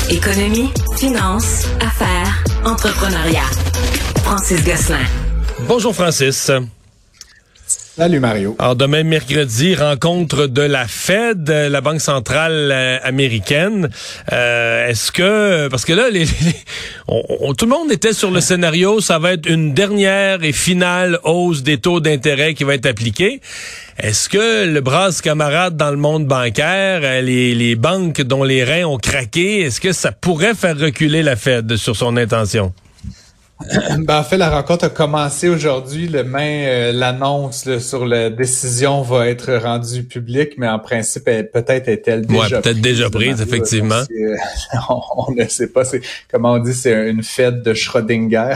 Économie, finance, affaires, entrepreneuriat. Francis Gosselin. Bonjour Francis. Salut Mario. Alors demain mercredi, rencontre de la Fed, la Banque centrale américaine. Est-ce que, parce que là, tout le monde était sur le scénario, ça va être une dernière et finale hausse des taux d'intérêt qui va être appliquée. Est-ce que le brasse camarade dans le monde bancaire, les banques dont les reins ont craqué, est-ce que ça pourrait faire reculer la Fed sur son intention? En fait, la rencontre a commencé aujourd'hui. L'annonce sur la décision va être rendue publique, mais en principe, peut-être est-elle déjà prise. Peut-être déjà prise, effectivement. On ne sait pas. C'est, comment on dit, c'est une fête de Schrödinger.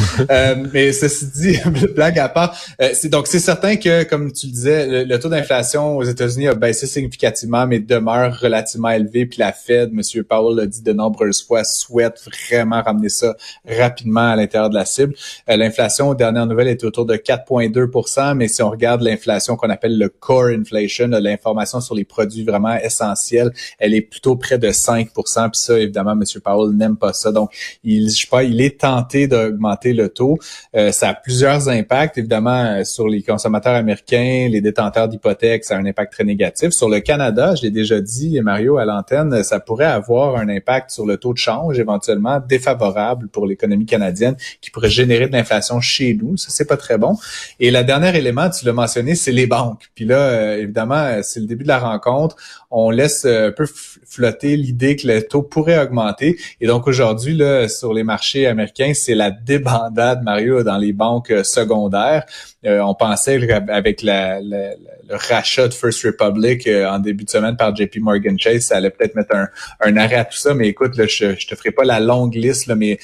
Mais ceci dit, blague à part, c'est certain que, comme tu le disais, le taux d'inflation aux États-Unis a baissé significativement, mais demeure relativement élevé. Puis la Fed, M. Powell l'a dit de nombreuses fois, souhaite vraiment ramener ça rapidement à l'intérieur de la cible. L'inflation, aux dernières nouvelles, était autour de 4,2 %, mais si on regarde l'inflation qu'on appelle le core inflation, l'information sur les produits vraiment essentiels, elle est plutôt près de 5 %. Puis ça, évidemment, M. Powell n'aime pas ça. Donc, il est tenté d'augmenter le taux. Ça a plusieurs impacts, évidemment, sur les consommateurs américains, les détenteurs d'hypothèques, ça a un impact très négatif. Sur le Canada, je l'ai déjà dit, Mario, à l'antenne, ça pourrait avoir un impact sur le taux de change, éventuellement défavorable pour l'économie canadienne, qui pourrait générer de l'inflation chez nous. Ça, c'est pas très bon. Et le dernier élément, tu l'as mentionné, c'est les banques. Puis là, évidemment, c'est le début de la rencontre. On laisse un peu flotter l'idée que le taux pourrait augmenter. Et donc, aujourd'hui, là, sur les marchés américains, c'est la débandade, Mario, dans les banques secondaires. On pensait avec le rachat de First Republic en début de semaine par JP Morgan Chase, ça allait peut-être mettre un arrêt à tout ça. Mais écoute, là, je te ferai pas la longue liste, là, mais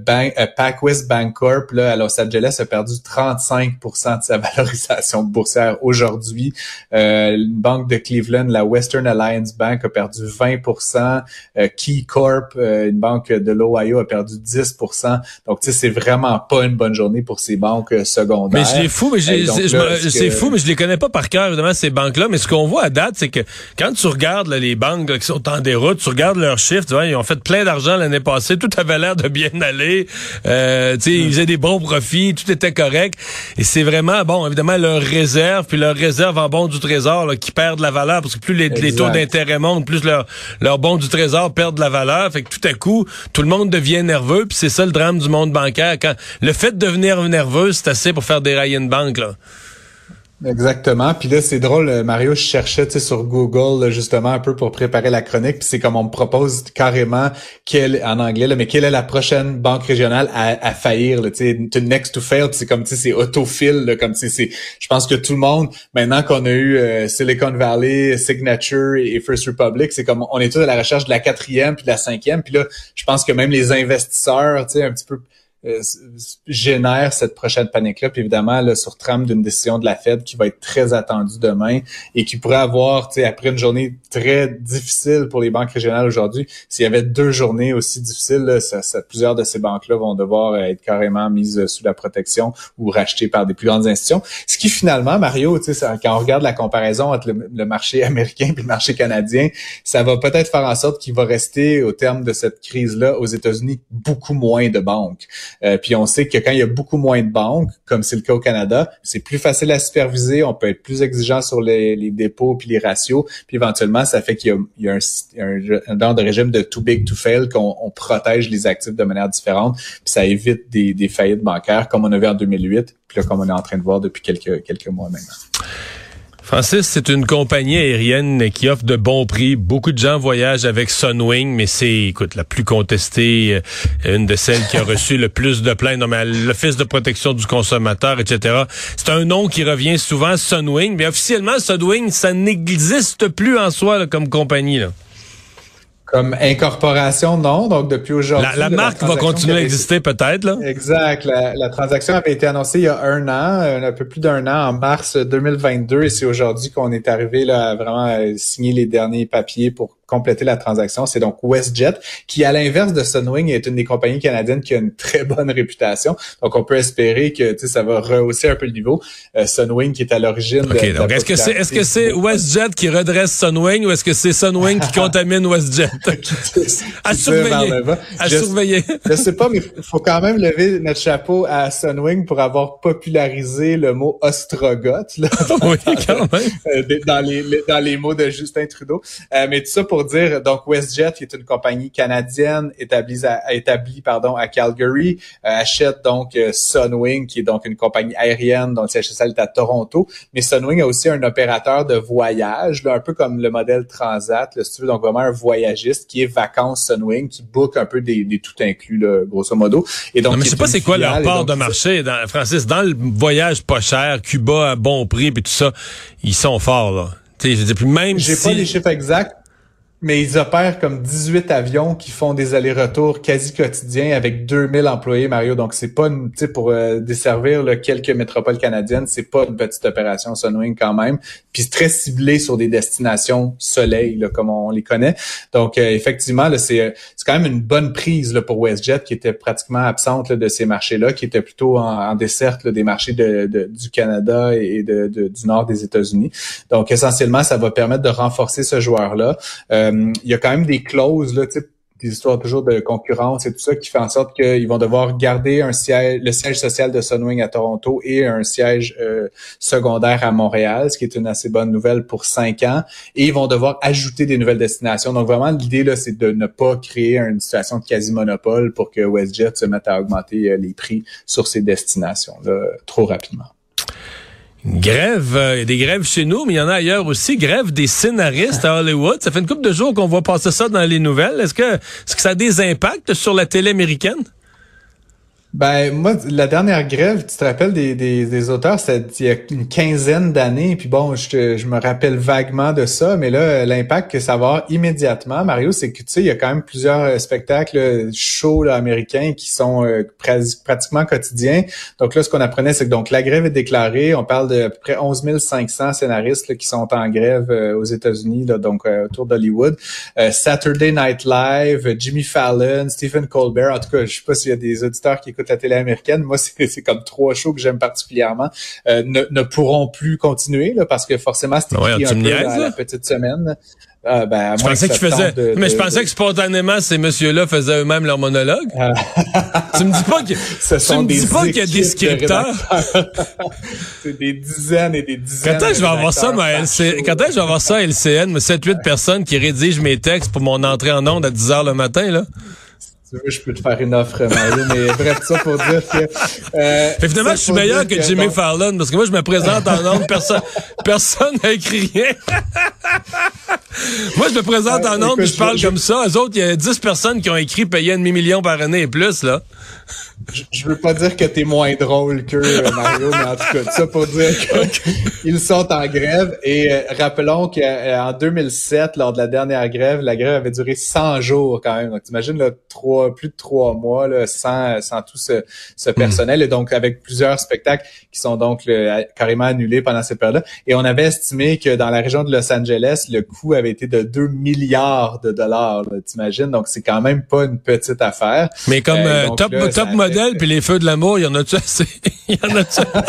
PacWest Bancorp là, à Los Angeles a perdu 35 % de sa valorisation boursière aujourd'hui. Une banque de Cleveland, la Western Alliance Bank, a perdu 20 %. Key Corp, une banque de l'Ohio, a perdu 10 %. Donc, tu sais, c'est vraiment pas une bonne journée pour ces banques secondaires. Mais c'est fou, mais je les connais pas par cœur, évidemment, ces banques-là. Mais ce qu'on voit à date, c'est que quand tu regardes là, les banques là, qui sont en déroute, tu regardes leurs chiffres, tu vois, ils ont fait plein d'argent l'année passée, tout avait l'air de bien aller. Ils faisaient des bons profits, tout était correct. Et c'est vraiment, bon, évidemment, leurs réserves en bons du trésor là, qui perdent la valeur, parce que plus les taux d'intérêt montent, plus leurs bons du trésor perdent de la valeur. Fait que tout à coup, tout le monde devient nerveux, puis c'est ça le drame du monde bancaire. Quand le fait de devenir nerveux, c'est assez pour faire dérailler une banque, là. Exactement. Puis là, c'est drôle, Mario, je cherchais sur Google là, justement un peu pour préparer la chronique. Puis c'est comme on me propose carrément en anglais, là, mais quelle est la prochaine banque régionale à faillir, là, to next to fail. Puis c'est comme c'est autofill, là, comme c'est. Je pense que tout le monde, maintenant qu'on a eu Silicon Valley, Signature et First Republic, c'est comme on est tous à la recherche de la 4e puis de la 5e. Puis là, je pense que même les investisseurs, un petit peu génère cette prochaine panique-là. Puis évidemment, là, sur trame d'une décision de la Fed qui va être très attendue demain et qui pourrait avoir, après une journée très difficile pour les banques régionales aujourd'hui, s'il y avait 2 journées aussi difficiles, là, plusieurs de ces banques-là vont devoir être carrément mises sous la protection ou rachetées par des plus grandes institutions. Ce qui finalement, Mario, quand on regarde la comparaison entre le marché américain et le marché canadien, ça va peut-être faire en sorte qu'il va rester, au terme de cette crise-là, aux États-Unis, beaucoup moins de banques. Puis on sait que quand il y a beaucoup moins de banques, comme c'est le cas au Canada, c'est plus facile à superviser, on peut être plus exigeant sur les dépôts puis les ratios, puis éventuellement, ça fait qu'il y a un genre de régime de too big to fail, qu'on protège les actifs de manière différente, puis ça évite des faillites bancaires, comme on a vu en 2008, puis là, comme on est en train de voir depuis quelques mois maintenant. Francis, c'est une compagnie aérienne qui offre de bons prix. Beaucoup de gens voyagent avec Sunwing, mais c'est, la plus contestée, une de celles qui a reçu le plus de plaintes. Non, mais l'Office de protection du consommateur, etc. C'est un nom qui revient souvent, Sunwing, mais officiellement, Sunwing, ça n'existe plus en soi là, comme compagnie, là. Comme incorporation, non. Donc, depuis aujourd'hui... La marque va continuer à exister peut-être, là. Exact. La transaction avait été annoncée il y a un peu plus d'1 an, en mars 2022. Et c'est aujourd'hui qu'on est arrivé là à vraiment signer les derniers papiers pour compléter la transaction. C'est donc WestJet, qui, à l'inverse de Sunwing, est une des compagnies canadiennes qui a une très bonne réputation. Donc, on peut espérer que ça va rehausser un peu le niveau. Sunwing, qui est à l'origine de donc, est-ce que c'est WestJet qui redresse Sunwing ou est-ce que c'est Sunwing qui contamine WestJet? À surveiller. Surveiller. Je sais pas, mais il faut quand même lever notre chapeau à Sunwing pour avoir popularisé le mot ostrogoth, là, oui, quand même. dans les mots de Justin Trudeau. Mais tout ça pour dire, donc WestJet, qui est une compagnie canadienne établie à Calgary, achète donc Sunwing, qui est donc une compagnie aérienne dont le siège social est à Toronto. Mais Sunwing a aussi un opérateur de voyage, là, un peu comme le modèle Transat, là, si tu veux, donc vraiment un voyagiste qui est Vacances Sunwing, qui book un peu des tout inclus, là, grosso modo. Et donc, non, mais je sais pas c'est quoi leur part de marché, Francis, dans le voyage pas cher, Cuba à bon prix puis tout ça, ils sont forts, là. Tu sais, je dis plus même j'ai pas les chiffres exacts, mais ils opèrent comme 18 avions qui font des allers-retours quasi quotidiens avec 2000 employés, Mario. Donc, c'est pas une, tu sais, pour desservir là, quelques métropoles canadiennes, c'est pas une petite opération Sunwing quand même. Puis c'est très ciblé sur des destinations soleil, là, comme on les connaît. Donc, effectivement, là, c'est quand même une bonne prise là, pour WestJet, qui était pratiquement absente là, de ces marchés-là, qui était plutôt en desserte là, des marchés du Canada et du nord des États-Unis. Donc, essentiellement, ça va permettre de renforcer ce joueur-là. Il y a quand même des clauses, là, tu sais, des histoires toujours de concurrence et tout ça, qui fait en sorte qu'ils vont devoir garder le siège social de Sunwing à Toronto et un siège secondaire à Montréal, ce qui est une assez bonne nouvelle pour 5 ans. Et ils vont devoir ajouter des nouvelles destinations. Donc vraiment, l'idée, là, c'est de ne pas créer une situation de quasi-monopole pour que WestJet se mette à augmenter les prix sur ces destinations-là trop rapidement. Grève, il y a des grèves chez nous, mais il y en a ailleurs aussi. Grève des scénaristes à Hollywood. Ça fait une couple de jours qu'on voit passer ça dans les nouvelles. Est-ce que ça a des impacts sur la télé américaine? Ben moi, la dernière grève, tu te rappelles des auteurs, c'était il y a une quinzaine d'années, puis bon, je me rappelle vaguement de ça, mais là, l'impact que ça va avoir immédiatement, Mario, c'est que tu sais, il y a quand même plusieurs spectacles shows là, américains qui sont pratiquement quotidiens. Donc là, ce qu'on apprenait, c'est que donc la grève est déclarée. On parle de à peu près 11 500 scénaristes là, qui sont en grève aux États-Unis, là, donc autour d'Hollywood. Saturday Night Live, Jimmy Fallon, Stephen Colbert. En tout cas, je sais pas s'il y a des auditeurs qui écoutent la télé américaine, moi c'est comme 3 shows que j'aime particulièrement, ne pourront plus continuer là, parce que forcément c'est écrit un peu à la petite semaine. Je pensais qu'ils faisaient, mais je pensais que spontanément ces messieurs-là faisaient eux-mêmes leur monologue. Tu me dis pas qu'il y a des scripteurs. C'est des dizaines et des dizaines. Quand est-ce que je vais avoir ça, à LCN, 7-8 personnes qui rédigent mes textes pour mon entrée en onde à 10h le matin, là? Si tu veux, je peux te faire une offre, Mario, mais bref, ça pour dire que... Finalement, je suis meilleur que Jimmy Fallon, parce que moi, je me présente en ondes, personne n'a écrit rien. Moi, je me présente en ondes, puis je parle comme ça. Eux autres, il y a 10 personnes qui ont écrit payer 500 000 par année et plus, là. Je veux pas dire que t'es moins drôle qu'eux, Mario, mais en tout cas, ça pour dire qu'ils sont en grève. Et rappelons qu'en 2007, lors de la dernière grève, la grève avait duré 100 jours quand même. Donc, t'imagines, là, plus de 3 mois, là, sans tout ce personnel, et donc avec plusieurs spectacles qui sont donc carrément annulés pendant cette période-là. Et on avait estimé que dans la région de Los Angeles, le coût avait été de 2 milliards de dollars, là, t'imagines? Donc, c'est quand même pas une petite affaire. Mais comme top modèle puis les feux de l'amour, il y en a-tu assez? Il y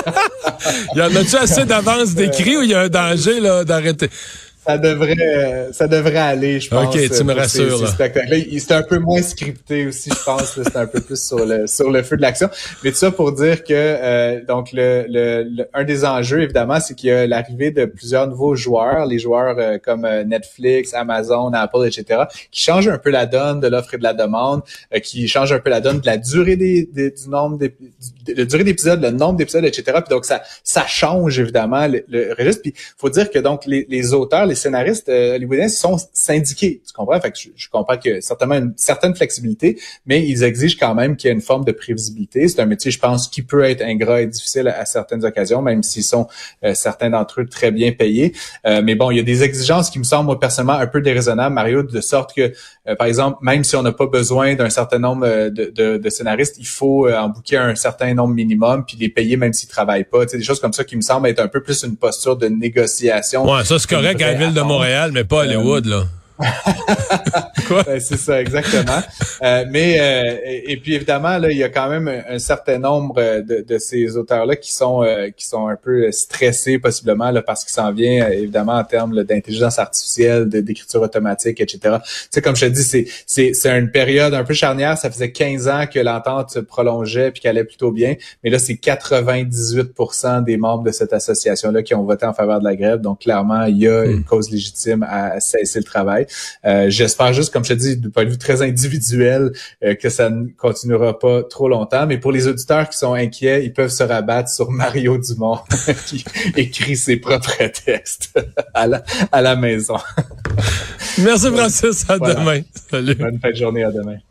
en a-tu assez d'avance d'écrit ou il y a un danger là d'arrêter? Ça devrait aller, je pense. OK, tu me rassures. Ces spectacles-là. C'était un peu moins scripté aussi, je pense. C'était un peu plus sur le feu de l'action. Mais tout ça pour dire que donc un des enjeux, évidemment, c'est qu'il y a l'arrivée de plusieurs nouveaux joueurs, les joueurs comme Netflix, Amazon, Apple, etc., qui changent un peu la donne de l'offre et de la demande, qui changent un peu la donne de la durée du nombre la durée d'épisodes, le nombre d'épisodes, etc. Puis donc ça change évidemment le registre. Puis faut dire que donc les auteurs, les scénaristes hollywoodiens sont syndiqués, tu comprends? Fait que je comprends que certainement une certaine flexibilité, mais ils exigent quand même qu'il y ait une forme de prévisibilité. C'est un métier, je pense, qui peut être ingrat et difficile à certaines occasions, même s'ils sont certains d'entre eux très bien payés. Mais bon, il y a des exigences qui me semblent, moi, personnellement, un peu déraisonnables, Mario, de sorte que, par exemple, même si on n'a pas besoin d'un certain nombre de scénaristes, il faut en booker un certain nombre minimum, puis les payer même s'ils travaillent pas. Tu sais, des choses comme ça qui me semblent être un peu plus une posture de négociation. Ouais, ça c'est correct à la ville de Montréal, mais pas à Hollywood, là. Quoi? Ben, c'est ça, exactement. Et puis évidemment, là, il y a quand même un certain nombre de ces auteurs-là qui sont un peu stressés possiblement là, parce qu'il s'en vient évidemment en termes d'intelligence artificielle, d'écriture automatique, etc. Tu sais, comme je te dis, c'est une période un peu charnière. Ça faisait 15 ans que l'entente se prolongeait puis qu'elle allait plutôt bien, mais là, c'est 98% des membres de cette association-là qui ont voté en faveur de la grève. Donc clairement, il y a une cause légitime à cesser le travail. J'espère juste, comme je te dis, du point de vue très individuel, que ça ne continuera pas trop longtemps. Mais pour les auditeurs qui sont inquiets, ils peuvent se rabattre sur Mario Dumont qui écrit ses propres textes à la maison. Merci Francis, à demain. Salut. Bonne fin de journée, à demain.